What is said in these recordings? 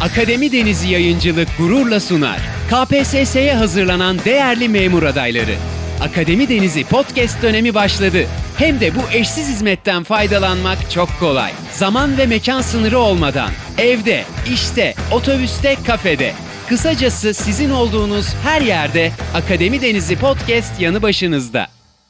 Akademi Denizi Yayıncılık gururla sunar. KPSS'ye hazırlanan değerli memur adayları. Akademi Denizi podcast dönemi başladı. Hem de bu eşsiz hizmetten faydalanmak çok kolay. Zaman ve mekan sınırı olmadan. Evde, işte, otobüste, kafede. Kısacası sizin olduğunuz her yerde Akademi Denizi podcast yanı başınızda.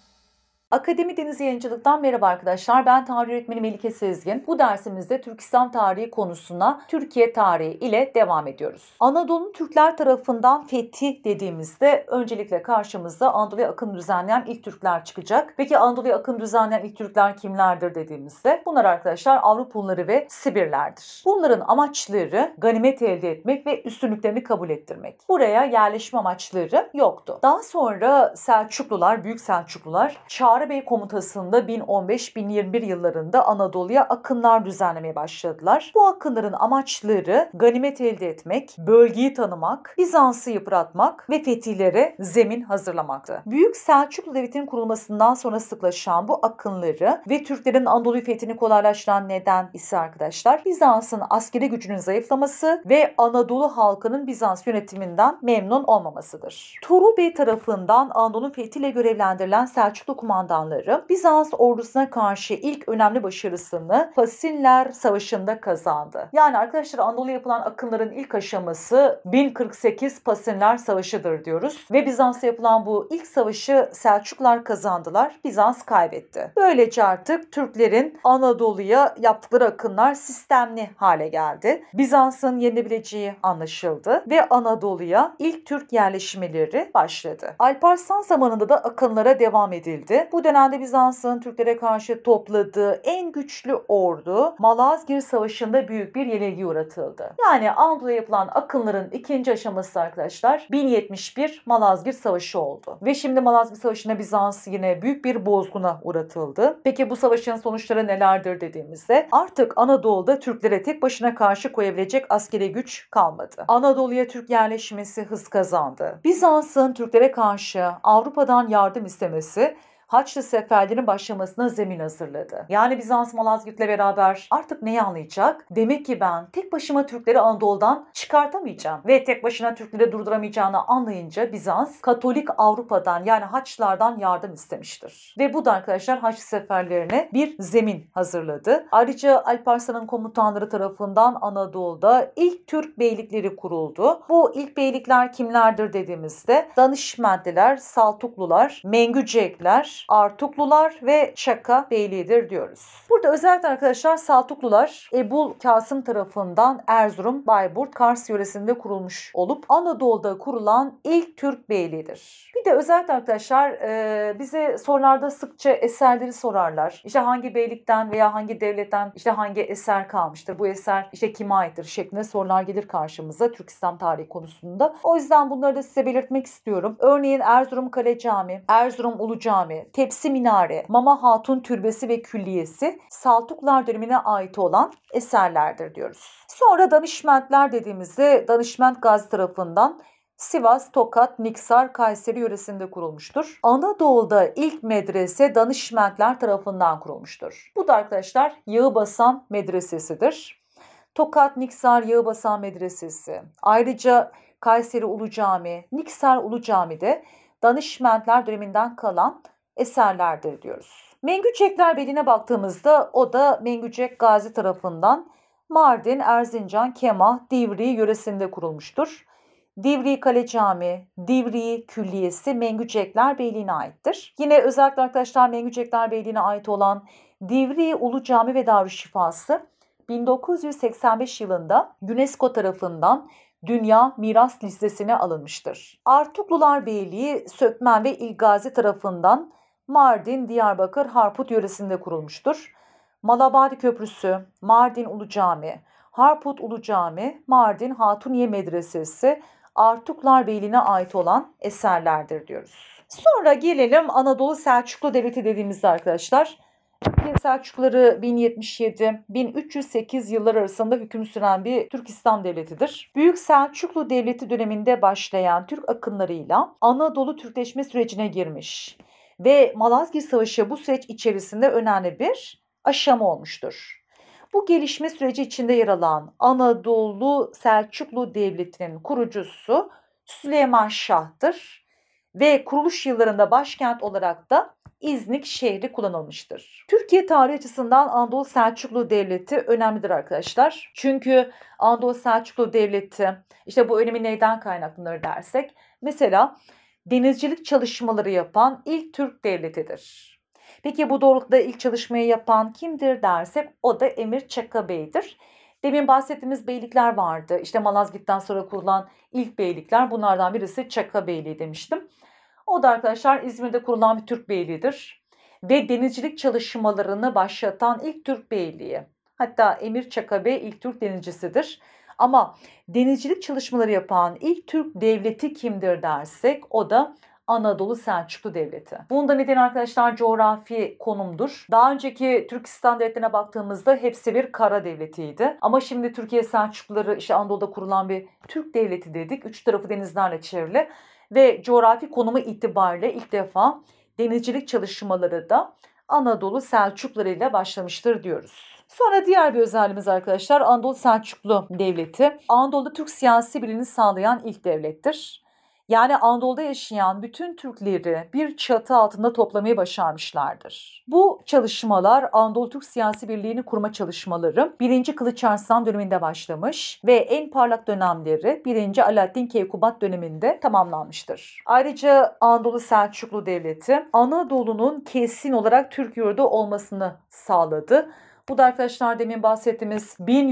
Akademi Denizi Yayıncılık'tan merhaba arkadaşlar. Ben tarih öğretmeni Melike Sezgin. Bu dersimizde Türk İslam tarihi konusuna Türkiye tarihi ile devam ediyoruz. Anadolu'nun Türkler tarafından fethi dediğimizde öncelikle karşımıza Anadolu'ya akın düzenleyen ilk Türkler çıkacak. Peki Anadolu'ya akın düzenleyen ilk Türkler kimlerdir dediğimizde bunlar arkadaşlar Avrupalıları ve Sibirlerdir. Bunların amaçları ganimet elde etmek ve üstünlüklerini kabul ettirmek. Buraya yerleşme amaçları yoktu. Daha sonra Selçuklular, Büyük Selçuklular Çağrı Bey komutasında 1015-1021 yıllarında Anadolu'ya akınlar düzenlemeye başladılar. Bu akınların amaçları ganimet elde etmek, bölgeyi tanımak, Bizans'ı yıpratmak ve fetihlere zemin hazırlamaktı. Büyük Selçuklu Devleti'nin kurulmasından sonra sıklaşan bu akınları ve Türklerin Anadolu'yu fethini kolaylaştıran neden ise arkadaşlar Bizans'ın askeri gücünün zayıflaması ve Anadolu halkının Bizans yönetiminden memnun olmamasıdır. Tuğrul Bey tarafından Anadolu'nun fethiyle görevlendirilen Selçuklu kumandanları Bizans ordusuna karşı ilk önemli başarısını Pasiller Savaşı'nda kazandı. Yani arkadaşlar Anadolu'ya yapılan akınların ilk aşaması 1048 Pasiller Savaşı'dır diyoruz. Ve Bizans'a yapılan bu ilk savaşı Selçuklular kazandılar. Bizans kaybetti. Böylece artık Türklerin Anadolu'ya yaptıkları akınlar sistemli hale geldi. Bizans'ın yenilebileceği anlaşıldı ve Anadolu'ya ilk Türk yerleşmeleri başladı. Alparslan zamanında da akınlara devam edildi. Bu dönemde Bizans'ın Türklere karşı topladığı en güçlü ordu Malazgirt Savaşı'nda büyük bir yenilgiye uğratıldı. Yani Anadolu'ya yapılan akınların ikinci aşaması arkadaşlar 1071 Malazgirt Savaşı oldu. Ve şimdi Malazgirt Savaşı'nda Bizans yine büyük bir bozguna uğratıldı. Peki bu savaşın sonuçları nelerdir dediğimizde artık Anadolu'da Türklere tek başına karşı koyabilecek askeri güç kalmadı. Anadolu'ya Türk yerleşmesi hız kazandı. Bizans'ın Türklere karşı Avrupa'dan yardım istemesi Haçlı seferlerinin başlamasına zemin hazırladı. Yani Bizans Malazgirt'le beraber artık neyi anlayacak? Demek ki ben tek başıma Türkleri Anadolu'dan çıkartamayacağım ve tek başına Türkleri durduramayacağını anlayınca Bizans Katolik Avrupa'dan yani Haçlılardan yardım istemiştir. Ve bu da arkadaşlar Haçlı seferlerine bir zemin hazırladı. Ayrıca Alparslan'ın komutanları tarafından Anadolu'da ilk Türk beylikleri kuruldu. Bu ilk beylikler kimlerdir dediğimizde Danişmentliler, Saltuklular, Mengücekler, Artuklular ve Çaka Beyliği'dir diyoruz. Burada özellikle arkadaşlar Saltuklular Ebul Kasım tarafından Erzurum, Bayburt, Kars yöresinde kurulmuş olup Anadolu'da kurulan ilk Türk beyliğidir. Bir de özellikle arkadaşlar bize sorularda sıkça eserleri sorarlar. İşte hangi beylikten veya hangi devletten işte hangi eser kalmıştır? Bu eser işte kime aittir? Şeklinde sorular gelir karşımıza Türk İslam tarihi konusunda. O yüzden bunları da size belirtmek istiyorum. Örneğin Erzurum Kale Camii, Erzurum Ulu Cami, Tepsi Minare, Mama Hatun Türbesi ve Külliyesi Saltuklular dönemine ait olan eserlerdir diyoruz. Sonra Danişmentler dediğimizde Danişment Gazi tarafından Sivas, Tokat, Niksar, Kayseri yöresinde kurulmuştur. Anadolu'da ilk medrese Danişmentler tarafından kurulmuştur. Bu da arkadaşlar Yağıbasan Medresesi'dir. Tokat, Niksar, Yağıbasan Medresesi. Ayrıca Kayseri Ulu Cami, Niksar Ulu Cami'de Danişmentler döneminden kalan eserlerdir diyoruz. Mengücekler Beyliği'ne baktığımızda o da Mengücek Gazi tarafından Mardin, Erzincan, Kemah, Divriği yöresinde kurulmuştur. Divriği Kale Camii, Divriği Külliyesi Mengücekler Beyliği'ne aittir. Yine özellikle arkadaşlar Mengücekler Beyliği'ne ait olan Divriği Ulu Cami ve Darüşşifası 1985 yılında UNESCO tarafından Dünya Miras Listesi'ne alınmıştır. Artuklular Beyliği Sökmen ve İlgazi tarafından Mardin, Diyarbakır, Harput yöresinde kurulmuştur. Malabadi Köprüsü, Mardin Ulu Cami, Harput Ulu Cami, Mardin Hatuniye Medresesi, Artuklar Beyliği'ne ait olan eserlerdir diyoruz. Sonra gelelim Anadolu Selçuklu Devleti dediğimizde arkadaşlar. Selçukluları 1077-1308 yıllar arasında hüküm süren bir Türk İslam devletidir. Büyük Selçuklu Devleti döneminde başlayan Türk akınlarıyla Anadolu Türkleşme sürecine girmiş ve Malazgirt Savaşı bu süreç içerisinde önemli bir aşama olmuştur. Bu gelişme süreci içinde yer alan Anadolu Selçuklu Devleti'nin kurucusu Süleyman Şah'tır ve kuruluş yıllarında başkent olarak da İznik şehri kullanılmıştır. Türkiye tarihi açısından Anadolu Selçuklu Devleti önemlidir arkadaşlar. Çünkü Anadolu Selçuklu Devleti işte bu önemi neyden kaynaklanır dersek mesela denizcilik çalışmaları yapan ilk Türk devletidir. Peki bu doğrultuda ilk çalışmayı yapan kimdir dersek o da Emir Çaka Bey'dir. Demin bahsettiğimiz beylikler vardı. İşte Malazgirt'ten sonra kurulan ilk beylikler, bunlardan birisi Çaka Beyliği demiştim. O da arkadaşlar İzmir'de kurulan bir Türk beyliğidir. Ve denizcilik çalışmalarını başlatan ilk Türk beyliği. Hatta Emir Çaka Bey ilk Türk denizcisidir. Ama denizcilik çalışmaları yapan ilk Türk devleti kimdir dersek o da Anadolu Selçuklu Devleti. Bunun da nedeni arkadaşlar coğrafi konumdur. Daha önceki Türkistan devletlerine baktığımızda hepsi bir kara devletiydi. Ama şimdi Türkiye Selçukluları işte Anadolu'da kurulan bir Türk devleti dedik. Üç tarafı denizlerle çevrili ve coğrafi konumu itibariyle ilk defa denizcilik çalışmaları da Anadolu Selçukluları ile başlamıştır diyoruz. Sonra diğer bir özelliğimiz arkadaşlar Anadolu Selçuklu Devleti. Anadolu'da Türk siyasi birliğini sağlayan ilk devlettir. Yani Anadolu'da yaşayan bütün Türkleri bir çatı altında toplamayı başarmışlardır. Bu çalışmalar Anadolu Türk siyasi birliğini kurma çalışmaları 1. Kılıç Arslan döneminde başlamış ve en parlak dönemleri 1. Alaaddin Keykubat döneminde tamamlanmıştır. Ayrıca Anadolu Selçuklu Devleti Anadolu'nun kesin olarak Türk yurdu olmasını sağladı. Bu da arkadaşlar demin bahsettiğimiz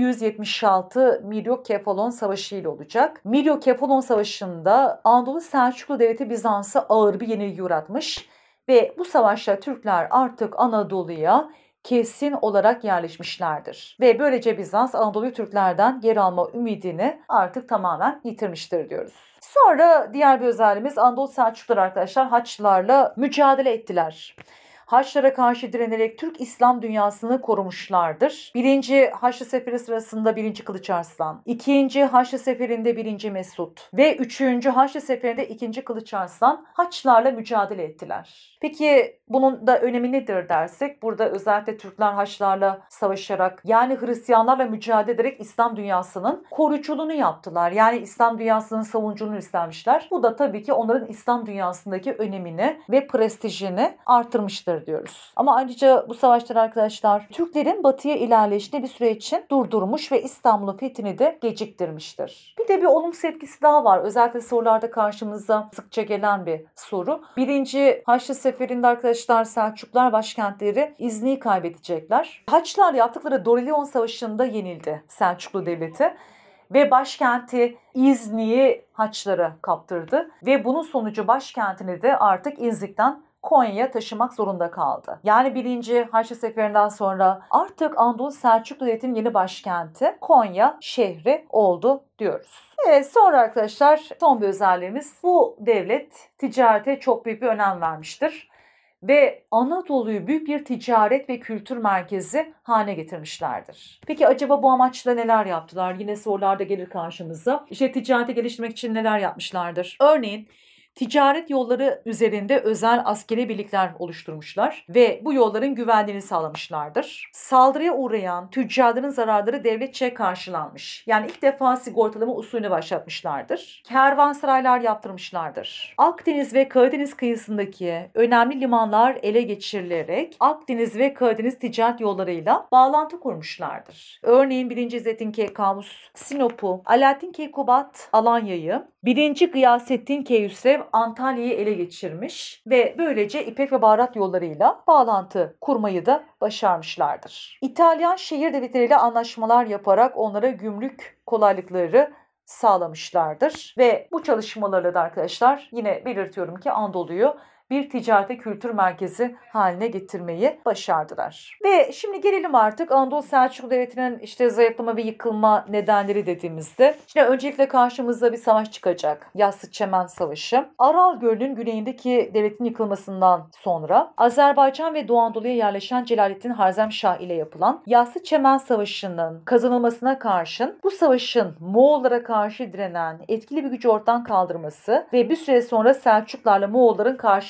1176 Miryok-Kefalon Savaşı ile olacak. Miryok-Kefalon Savaşı'nda Anadolu Selçuklu Devleti Bizans'a ağır bir yenilgi uğratmış ve bu savaşta Türkler artık Anadolu'ya kesin olarak yerleşmişlerdir. Ve böylece Bizans Anadolu Türklerden geri alma ümidini artık tamamen yitirmiştir diyoruz. Sonra diğer bir özelliğimiz Anadolu Selçuklular arkadaşlar Haçlılarla mücadele ettiler. Haçlara karşı direnerek Türk İslam dünyasını korumuşlardır. 1. Haçlı Seferi sırasında 1. Kılıç Arslan, 2. Haçlı Seferi'nde 1. Mesut ve 3. Haçlı Seferi'nde 2. Kılıç Arslan Haçlılarla mücadele ettiler. Peki bunun da önemi nedir dersek burada özellikle Türkler Haçlılarla savaşarak yani Hristiyanlarla mücadele ederek İslam dünyasının koruyuculuğunu yaptılar. Yani İslam dünyasının savunuculuğunu istemişler. Bu da tabii ki onların İslam dünyasındaki önemini ve prestijini artırmıştır diyoruz. Ama ayrıca bu savaşlar arkadaşlar Türklerin batıya ilerleyişini bir süre için durdurmuş ve İstanbul'un fethini de geciktirmiştir. Bir de bir olumsuz etkisi daha var. Özellikle sorularda karşımıza sıkça gelen bir soru. 1. Haçlı Seferi'nde arkadaşlar Selçuklular başkentleri İznik'i kaybedecekler. Haçlılarla yaptıkları Dorilyon Savaşı'nda yenildi Selçuklu Devleti. Ve başkenti İznik'i Haçlılara kaptırdı. Ve bunun sonucu başkentini de artık İznik'ten Konya'ya taşımak zorunda kaldı. Yani 1. Haçlı Seferi'nden sonra artık Anadolu Selçuklu Devleti'nin yeni başkenti Konya şehri oldu diyoruz. Sonra arkadaşlar son bir özelliğimiz bu devlet ticarete çok büyük bir önem vermiştir. Ve Anadolu'yu büyük bir ticaret ve kültür merkezi haline getirmişlerdir. Peki acaba bu amaçla neler yaptılar? Yine sorularda gelir karşımıza. İşte ticareti geliştirmek için neler yapmışlardır? Örneğin ticaret yolları üzerinde özel askeri birlikler oluşturmuşlar ve bu yolların güvenliğini sağlamışlardır. Saldırıya uğrayan tüccarların zararları devletçe karşılanmış. Yani ilk defa sigortalama usulünü başlatmışlardır. Kervansaraylar yaptırmışlardır. Akdeniz ve Karadeniz kıyısındaki önemli limanlar ele geçirilerek Akdeniz ve Karadeniz ticaret yollarıyla bağlantı kurmuşlardır. Örneğin 1. İzzettin Keykubat, Sinop'u, Alaaddin Keykubat, Alanya'yı, 1. Gıyasettin Keyhüsrev Antalya'yı ele geçirmiş ve böylece İpek ve baharat yollarıyla bağlantı kurmayı da başarmışlardır. İtalyan şehir devletleriyle anlaşmalar yaparak onlara gümrük kolaylıkları sağlamışlardır. Ve bu çalışmalarla da arkadaşlar yine belirtiyorum ki Anadolu'yu bir ticaret ve kültür merkezi haline getirmeyi başardılar. Ve şimdi gelelim artık Anadolu Selçuklu Devleti'nin işte zayıflama ve yıkılma nedenleri dediğimizde. Şimdi öncelikle karşımıza bir savaş çıkacak. Yassı Çemen Savaşı. Aral Gölü'nün güneyindeki devletin yıkılmasından sonra Azerbaycan ve Doğu Anadolu'ya yerleşen Celalettin Harzemşah ile yapılan Yassı Çemen Savaşı'nın kazanılmasına karşın bu savaşın Moğollara karşı direnen etkili bir gücü ortadan kaldırması ve bir süre sonra Selçuklarla Moğolların karşı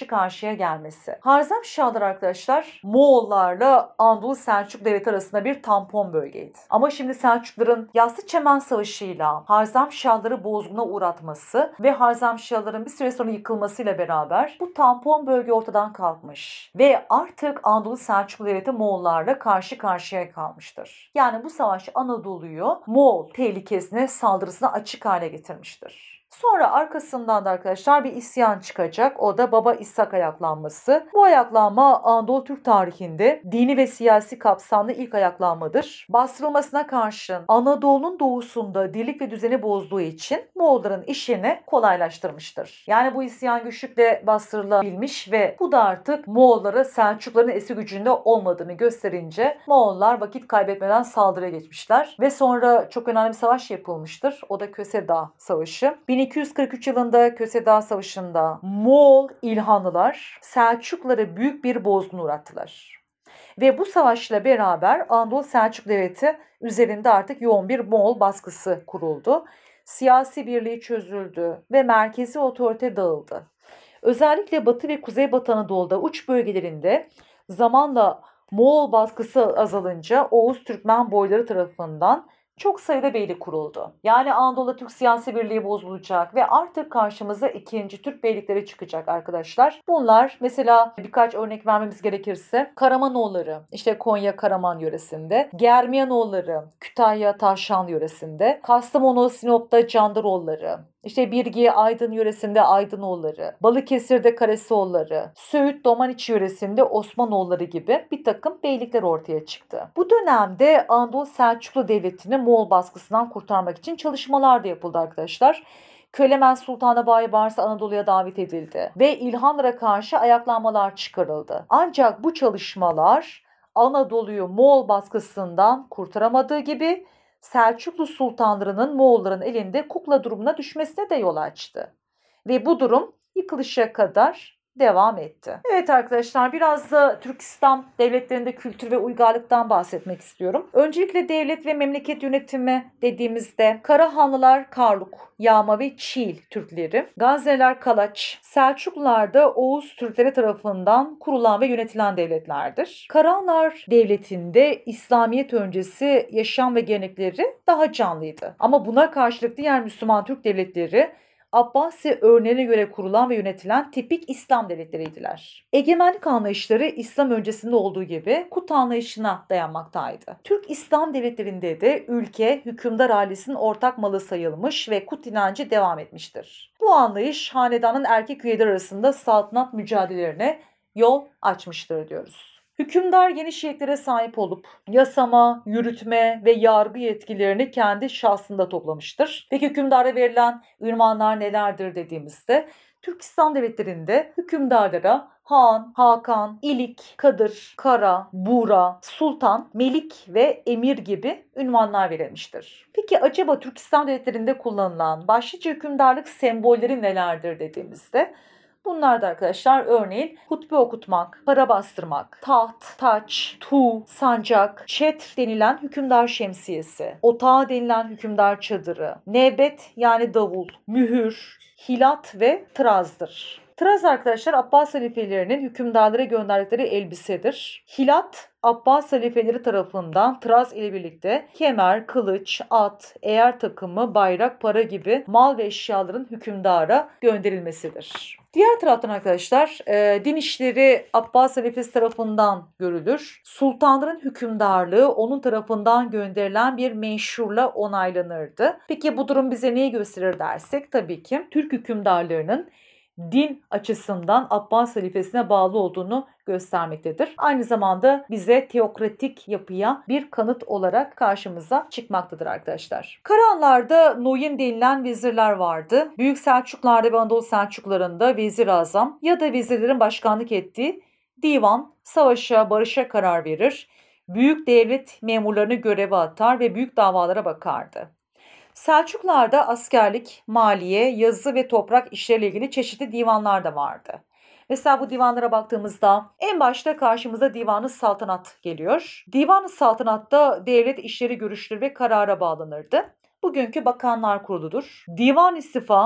karşı karşıya gelmesi. Harzemşahlar arkadaşlar Moğollarla Anadolu Selçuk Devleti arasında bir tampon bölgeydi. Ama şimdi Selçukluların Yassıçemen Savaşı'yla Harzemşahları bozguna uğratması ve Harzemşahların bir süre sonra yıkılmasıyla beraber bu tampon bölge ortadan kalkmış ve artık Anadolu Selçuklu Devleti Moğollarla karşı karşıya kalmıştır. Yani bu savaş Anadolu'yu Moğol tehlikesine, saldırısına açık hale getirmiştir. Sonra arkasından da arkadaşlar bir isyan çıkacak. O da Baba İshak ayaklanması. Bu ayaklanma Anadolu Türk tarihinde dini ve siyasi kapsamlı ilk ayaklanmadır. Bastırılmasına karşın Anadolu'nun doğusunda dirlik ve düzeni bozduğu için Moğolların işini kolaylaştırmıştır. Yani bu isyan güçlükle bastırılabilmiş ve bu da artık Moğollara Selçukluların esir gücünde olmadığını gösterince Moğollar vakit kaybetmeden saldırıya geçmişler ve sonra çok önemli bir savaş yapılmıştır. O da Köse Dağı Savaşı. 1243 yılında Köse Dağı Savaşı'nda Moğol İlhanlılar Selçuklulara büyük bir bozgun uğrattılar. Ve bu savaşla beraber Anadolu Selçuk Devleti üzerinde artık yoğun bir Moğol baskısı kuruldu. Siyasi birliği çözüldü ve merkezi otorite dağıldı. Özellikle Batı ve Kuzeybatı Anadolu'da uç bölgelerinde zamanla Moğol baskısı azalınca Oğuz Türkmen boyları tarafından çok sayıda beylik kuruldu. Yani Anadolu'da Türk siyasi birliği bozulacak ve artık karşımıza ikinci Türk beylikleri çıkacak arkadaşlar. Bunlar mesela birkaç örnek vermemiz gerekirse Karamanoğulları işte Konya Karaman yöresinde, Germiyanoğulları Kütahya Tavşanlı yöresinde, Kastamonu Sinop'ta Candaroğulları, İşte Birgi Aydın yöresinde Aydınoğulları, Balıkesir'de Karasioğulları, Söğüt Domaniç yöresinde Osmanoğulları gibi bir takım beylikler ortaya çıktı. Bu dönemde Anadolu Selçuklu Devleti'ni Moğol baskısından kurtarmak için çalışmalar da yapıldı arkadaşlar. Kölemen Sultanı Baybars Anadolu'ya davet edildi ve İlhanlara karşı ayaklanmalar çıkarıldı. Ancak bu çalışmalar Anadolu'yu Moğol baskısından kurtaramadığı gibi Selçuklu sultanlarının Moğolların elinde kukla durumuna düşmesine de yol açtı. Ve bu durum yıkılışa kadar devam etti. Evet arkadaşlar biraz da Türk İslam devletlerinde kültür ve uygarlıktan bahsetmek istiyorum. Öncelikle devlet ve memleket yönetimi dediğimizde Karahanlılar Karluk, Yağma ve Çiğil Türkleri, Gazneliler Kalaç, Selçuklular da Oğuz Türkleri tarafından kurulan ve yönetilen devletlerdir. Karahanlar Devleti'nde İslamiyet öncesi yaşam ve gelenekleri daha canlıydı. Ama buna karşılık diğer Müslüman Türk devletleri Abbasi örneğine göre kurulan ve yönetilen tipik İslam devletleriydiler. Egemenlik anlayışları İslam öncesinde olduğu gibi Kut anlayışına dayanmaktaydı. Türk İslam devletlerinde de ülke hükümdar ailesinin ortak malı sayılmış ve Kut inancı devam etmiştir. Bu anlayış hanedanın erkek üyeleri arasında saltanat mücadelelerine yol açmıştır diyoruz. Hükümdar geniş yetkilere sahip olup yasama, yürütme ve yargı yetkilerini kendi şahsında toplamıştır. Peki hükümdara verilen ünvanlar nelerdir dediğimizde Türk İslam devletlerinde hükümdarlara Han, Hakan, İlik, Kadır, Kara, Buğra, Sultan, Melik ve Emir gibi ünvanlar verilmiştir. Peki acaba Türk İslam devletlerinde kullanılan başlıca hükümdarlık sembolleri nelerdir dediğimizde bunlar da arkadaşlar örneğin hutbe okutmak, para bastırmak, taht, taç, tuğ, sancak, çetr denilen hükümdar şemsiyesi, otağı denilen hükümdar çadırı, nevbet yani davul, mühür, hilat ve tırazdır. Tıraz arkadaşlar Abbas halifelerinin hükümdarlara gönderdikleri elbisedir. Hilat Abbas halifeleri tarafından tıraz ile birlikte kemer, kılıç, at, eğer takımı, bayrak, para gibi mal ve eşyaların hükümdara gönderilmesidir. Diğer taraftan arkadaşlar din işleri Abbas halifesi tarafından görülür. Sultanların hükümdarlığı onun tarafından gönderilen bir menşurla onaylanırdı. Peki bu durum bize neyi gösterir dersek tabii ki Türk hükümdarlarının din açısından Abbas halifesine bağlı olduğunu göstermektedir. Aynı zamanda bize teokratik yapıya bir kanıt olarak karşımıza çıkmaktadır arkadaşlar. Karahanlarda Noyin denilen vezirler vardı. Büyük Selçuklularda ve Anadolu Selçuklularında vezir-i-azam ya da vezirlerin başkanlık ettiği divan savaşa, barışa karar verir. Büyük devlet memurlarını göreve atar ve büyük davalara bakardı. Selçuklularda askerlik, maliye, yazı ve toprak işleriyle ilgili çeşitli divanlar da vardı. Mesela bu divanlara baktığımızda en başta karşımıza Divan-ı Saltanat geliyor. Divan-ı Saltanat'ta devlet işleri görüşülür ve karara bağlanırdı. Bugünkü Bakanlar Kurulu'dur. Divan-ı İstifa,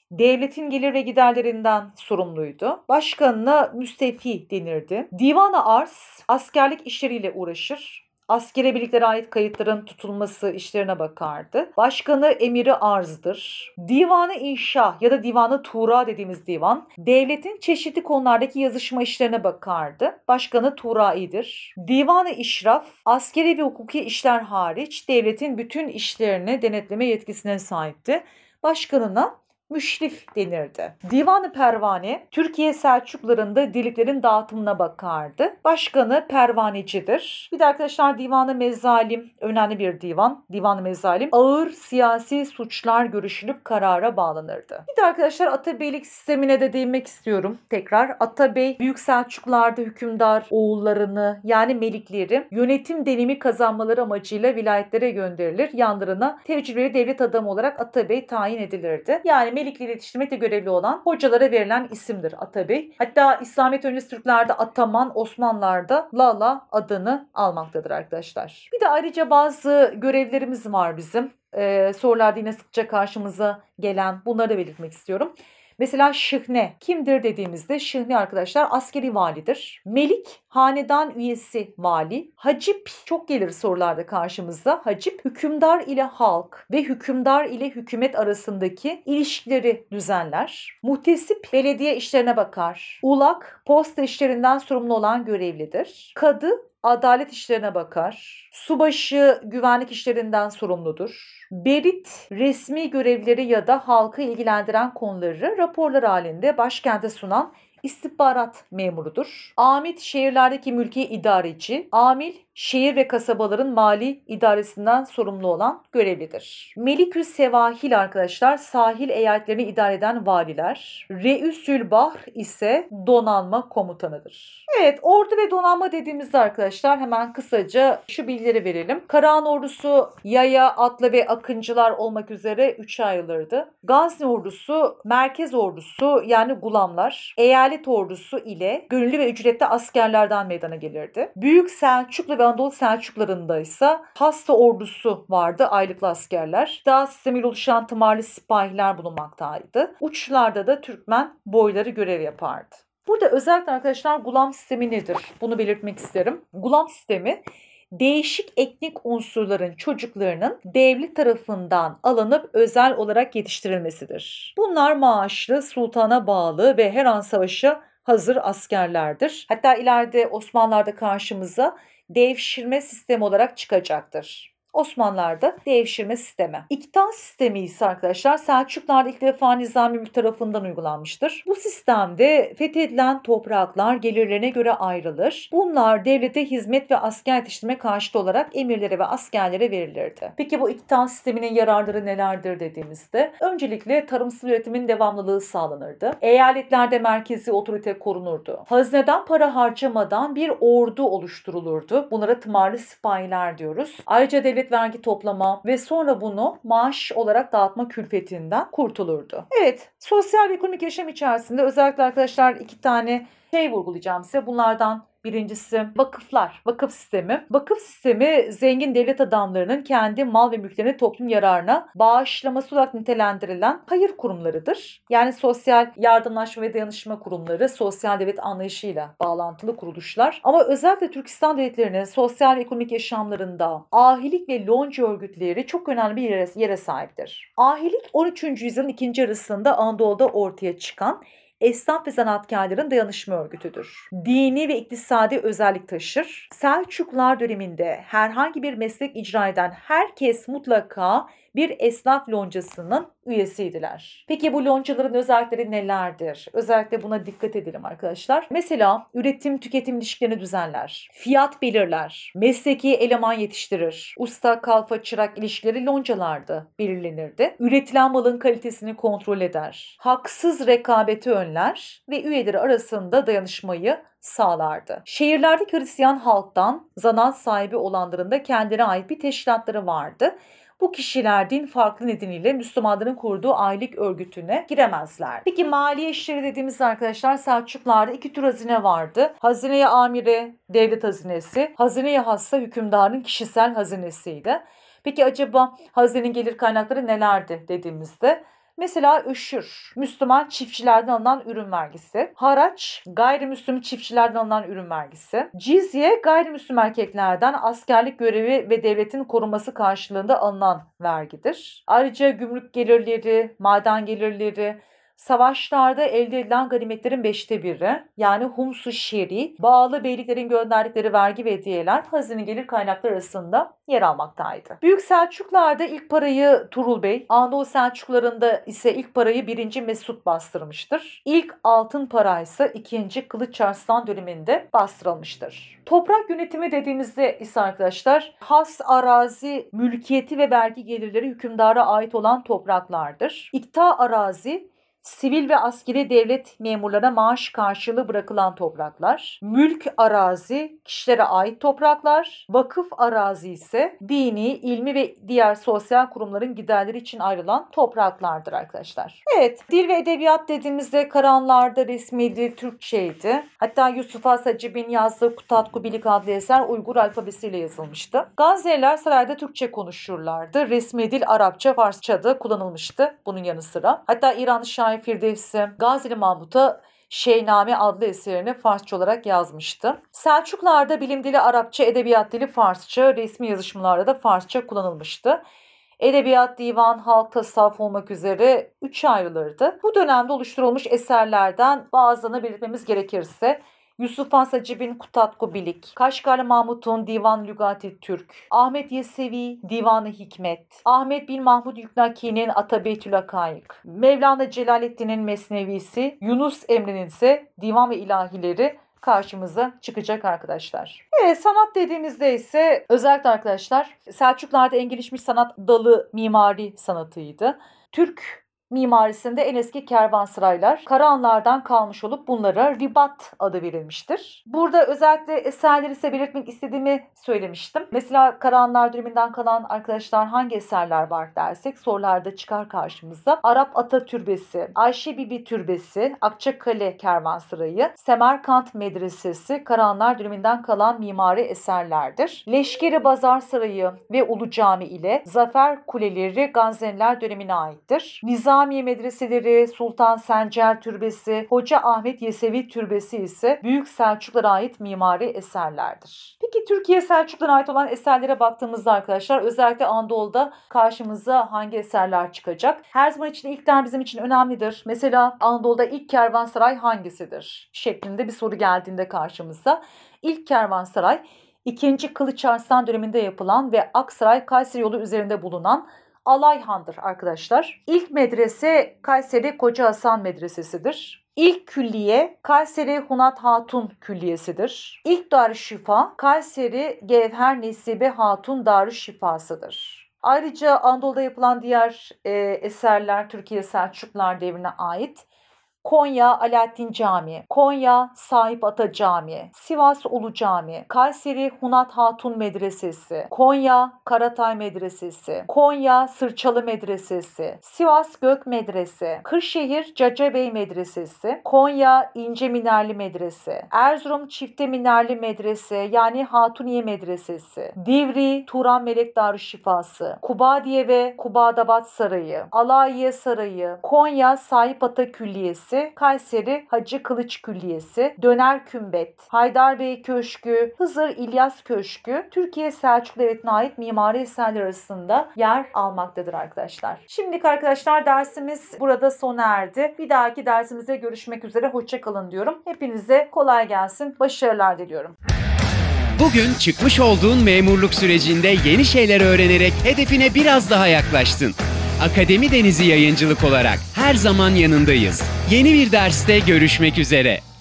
devletin gelir ve giderlerinden sorumluydu. Başkanına müstefi denirdi. Divan-ı Arz askerlik işleriyle uğraşır. Askeri birliklere ait kayıtların tutulması işlerine bakardı. Başkanı Emiri Arz'dır. Divanı İnşa ya da Divanı Tuğra dediğimiz divan, devletin çeşitli konulardaki yazışma işlerine bakardı. Başkanı Tuğrai'dir. Divanı İşraf, askeri ve hukuki işler hariç devletin bütün işlerini denetleme yetkisine sahipti. Başkanına müşrif denirdi. Divan-ı Pervane, Türkiye Selçuklularında dirliklerin dağıtımına bakardı. Başkanı Pervanecidir. Bir de arkadaşlar Divan-ı Mezalim, önemli bir divan. Divan-ı Mezalim, ağır siyasi suçlar görüşülüp karara bağlanırdı. Bir de arkadaşlar Atabeylik sistemine de değinmek istiyorum. Tekrar Atabey, Büyük Selçuklularda hükümdar oğullarını yani melikleri yönetim deneyimi kazanmaları amacıyla vilayetlere gönderilir. Yanlarına tecrübeli devlet adamı olarak Atabey tayin edilirdi. Yani melikleri yetiştirmekle görevli olan hocalara verilen isimdir Atabey. Hatta İslamiyet öncesi Türklerde Ataman, Osmanlılar'da Lala adını almaktadır arkadaşlar. Bir de ayrıca bazı görevlerimiz var bizim. Sorularda yine sıkça karşımıza gelen, bunları da belirtmek istiyorum. Mesela şıhne kimdir dediğimizde şıhne arkadaşlar askeri validir. Melik hanedan üyesi vali. Hacip çok gelir sorularda karşımıza. Hacip hükümdar ile halk ve hükümdar ile hükümet arasındaki ilişkileri düzenler. Muhtesip belediye işlerine bakar. Ulak posta işlerinden sorumlu olan görevlidir. Kadı adalet işlerine bakar. Subaşı güvenlik işlerinden sorumludur. Berit resmi görevleri ya da halkı ilgilendiren konuları raporlar halinde başkente sunan istihbarat memurudur. Amil şehirlerdeki mülki idareci, amil şehir ve kasabaların mali idaresinden sorumlu olan görevlidir. Melikü Sevahil arkadaşlar sahil eyaletlerini idare eden valiler. Reüsül Bahr ise donanma komutanıdır. Evet, ordu ve donanma dediğimizde arkadaşlar hemen kısaca şu bilgileri verelim. Karahan ordusu yaya, atlı ve akıncılar olmak üzere 3'e ayrılırdı. Gazni ordusu, merkez ordusu yani gulamlar, eyalet ordusu ile gönüllü ve ücretli askerlerden meydana gelirdi. Büyük Selçuklu ve Anadolu Selçuklularında ise hasta ordusu vardı, aylıklı askerler. Dağ sistemiyle oluşan tımarlı sipahiler bulunmaktaydı. Uçlarda da Türkmen boyları görev yapardı. Burada özellikle arkadaşlar gulam sistemi nedir? Bunu belirtmek isterim. Gulam sistemi değişik etnik unsurların çocuklarının devlet tarafından alınıp özel olarak yetiştirilmesidir. Bunlar maaşlı, sultana bağlı ve her an savaşa hazır askerlerdir. Hatta ileride Osmanlılar'da karşımıza devşirme sistemi olarak çıkacaktır. Osmanlılar'da devşirme sistemi. İkta sistemi ise arkadaşlar Selçuklular'da ilk defa Nizami Mülk tarafından uygulanmıştır. Bu sistemde fethedilen topraklar gelirlerine göre ayrılır. Bunlar devlete hizmet ve asker yetiştirme karşılığı olarak emirlere ve askerlere verilirdi. Peki bu ikta sisteminin yararları nelerdir dediğimizde öncelikle tarımsal üretimin devamlılığı sağlanırdı. Eyaletlerde merkezi otorite korunurdu. Hazineden para harcamadan bir ordu oluşturulurdu. Bunlara tımarlı sipahiler diyoruz. Ayrıca devlet vergi toplama ve sonra bunu maaş olarak dağıtma külfetinden kurtulurdu. Evet, sosyal ve ekonomik yaşam içerisinde özellikle arkadaşlar 2 tane vurgulayacağım size. Bunlardan birincisi vakıflar, vakıf sistemi. Vakıf sistemi zengin devlet adamlarının kendi mal ve mülklerini toplum yararına bağışlaması olarak nitelendirilen hayır kurumlarıdır. Yani sosyal yardımlaşma ve dayanışma kurumları, sosyal devlet anlayışıyla bağlantılı kuruluşlar. Ama özellikle Türkistan devletlerinin sosyal ve ekonomik yaşamlarında ahilik ve lonca örgütleri çok önemli bir yere sahiptir. Ahilik 13. yüzyılın ikinci yarısında Anadolu'da ortaya çıkan esnaf ve zanaatkarların dayanışma örgütüdür. Dini ve iktisadi özellik taşır. Selçuklular döneminde herhangi bir meslek icra eden herkes mutlaka bir esnaf loncasının üyesiydiler. Peki bu loncaların özellikleri nelerdir? Özellikle buna dikkat edelim arkadaşlar. Mesela üretim tüketim ilişkilerini düzenler, fiyat belirler, mesleki eleman yetiştirir, usta kalfa çırak ilişkileri loncalarda belirlenirdi. Üretilen malın kalitesini kontrol eder, haksız rekabeti önler ve üyeleri arasında dayanışmayı sağlardı. Şehirlerdeki Hristiyan halktan zanaat sahibi olanların da kendine ait bir teşkilatları vardı. Bu kişiler din farklı nedeniyle Müslümanların kurduğu aylık örgütüne giremezler. Peki maliye işleri dediğimizde arkadaşlar Selçuklularda 2 tür hazine vardı. Hazine-i amire, devlet hazinesi, hazine-i hassa hükümdarın kişisel hazinesiydi. Peki acaba hazinenin gelir kaynakları nelerdi dediğimizde Mesela öşür, Müslüman çiftçilerden alınan ürün vergisi. Haraç, gayrimüslim çiftçilerden alınan ürün vergisi. Cizye, gayrimüslim erkeklerden askerlik görevi ve devletin koruması karşılığında alınan vergidir. Ayrıca gümrük gelirleri, maden gelirleri, savaşlarda elde edilen ganimetlerin 1/5'i yani hums-u şer'i, bağlı beyliklerin gönderdikleri vergi ve hediyeler hazine gelir kaynakları arasında yer almaktaydı. Büyük Selçuklular'da ilk parayı Tuğrul Bey, Anadolu Selçuklularında ise ilk parayı 1. Mesut bastırmıştır. İlk altın para ise 2. Kılıç Arslan döneminde bastırılmıştır. Toprak yönetimi dediğimizde ise arkadaşlar has arazi, mülkiyeti ve vergi gelirleri hükümdara ait olan topraklardır. İkta arazi, sivil ve askeri devlet memurlarına maaş karşılığı bırakılan topraklar. Mülk arazi, kişilere ait topraklar. Vakıf arazi ise dini, ilmi ve diğer sosyal kurumların giderleri için ayrılan topraklardır arkadaşlar. Evet, dil ve edebiyat dediğimizde Karahanlılar'da resmi dil Türkçeydi. Hatta Yusuf Has Hacib'in yazdığı Kutatku Bilik adlı eser Uygur alfabesiyle yazılmıştı. Gazze'liler sarayda Türkçe konuşurlardı. Resmi dil Arapça, Farsça da kullanılmıştı bunun yanı sıra. Hatta İranlı şair Firdevsi, Gazili Mahmut'a Şeyname adlı eserini Farsça olarak yazmıştı. Selçuklular'da bilim dili Arapça, edebiyat dili Farsça, resmi yazışmalarda da Farsça kullanılmıştı. Edebiyat, divan, halk, tasavvuf olmak üzere 3'e ayrılırdı. Bu dönemde oluşturulmuş eserlerden bazılarını belirtmemiz gerekirse Yusuf Has Hacib'in Kutatku Bilik, Kaşgarlı Mahmut'un Divan Lügati Türk, Ahmet Yesevi Divanı Hikmet, Ahmet bin Mahmud Yüknaki'nin Atabeytül Hakayık, Mevlana Celaleddin'in Mesnevisi, Yunus Emre'nin ise Divan ve İlahileri karşımıza çıkacak arkadaşlar. Sanat dediğimizde ise özellikle arkadaşlar Selçuklular'da en gelişmiş sanat dalı mimari sanatıydı. Türk mimarisinde en eski kervansaraylar Karahanlılardan kalmış olup bunlara ribat adı verilmiştir. Burada özellikle eserleri ise belirtmek istediğimi söylemiştim. Mesela Karahanlılar döneminden kalan arkadaşlar hangi eserler var dersek sorularda çıkar karşımıza. Arap Ata Türbesi, Ayşe Bibi Türbesi, Akçakale Kervansarayı, Semerkant Medresesi Karahanlılar döneminden kalan mimari eserlerdir. Leşkeri Bazar Sarayı ve Ulu Cami ile Zafer Kuleleri Gazneliler dönemine aittir. Nizamiye medreseleri, Sultan Sencer Türbesi, Hoca Ahmet Yesevi Türbesi ise Büyük Selçuklulara ait mimari eserlerdir. Peki Türkiye Selçuklularına ait olan eserlere baktığımızda arkadaşlar özellikle Anadolu'da karşımıza hangi eserler çıkacak? Her zaman için ilkler bizim için önemlidir. Mesela Anadolu'da ilk kervansaray hangisidir? Şeklinde bir soru geldiğinde karşımıza. İlk kervansaray 2. Kılıç Arslan döneminde yapılan ve Aksaray-Kayseri yolu üzerinde bulunan Alayhan'dır arkadaşlar. İlk medrese Kayseri Koca Hasan Medresesi'dir. İlk külliye Kayseri Hunat Hatun Külliyesi'dir. İlk Darüşşifa Kayseri Gevher Nesibe Hatun Darüşşifası'dır. Ayrıca Anadolu'da yapılan diğer eserler Türkiye Selçuklular devrine ait. Konya Alaaddin Camii, Konya Sahip Ata Camii, Sivas Ulu Camii, Kayseri Hunat Hatun Medresesi, Konya Karatay Medresesi, Konya Sırçalı Medresesi, Sivas Gök Medrese, Kırşehir Cacabey Medresesi, Konya İnce Minerli Medrese, Erzurum Çifte Minerli Medrese yani Hatuniye Medresesi, Divri Turan Melek Darüşşifası, Kubadiye ve Kubadabat Sarayı, Alayiye Sarayı, Konya Sahip Ata Külliyesi, Kayseri Hacı Kılıç Külliyesi, Döner Kümbet, Haydarbey Köşkü, Hızır İlyas Köşkü, Türkiye Selçuklu Devleti'ne ait mimari eserler arasında yer almaktadır arkadaşlar. Şimdilik arkadaşlar dersimiz burada sona erdi. Bir dahaki dersimizde görüşmek üzere. Hoşça kalın diyorum. Hepinize kolay gelsin. Başarılar diliyorum. Bugün çıkmış olduğun memurluk sürecinde yeni şeyler öğrenerek hedefine biraz daha yaklaştın. Akademi Denizi Yayıncılık olarak her zaman yanındayız. Yeni bir derste görüşmek üzere.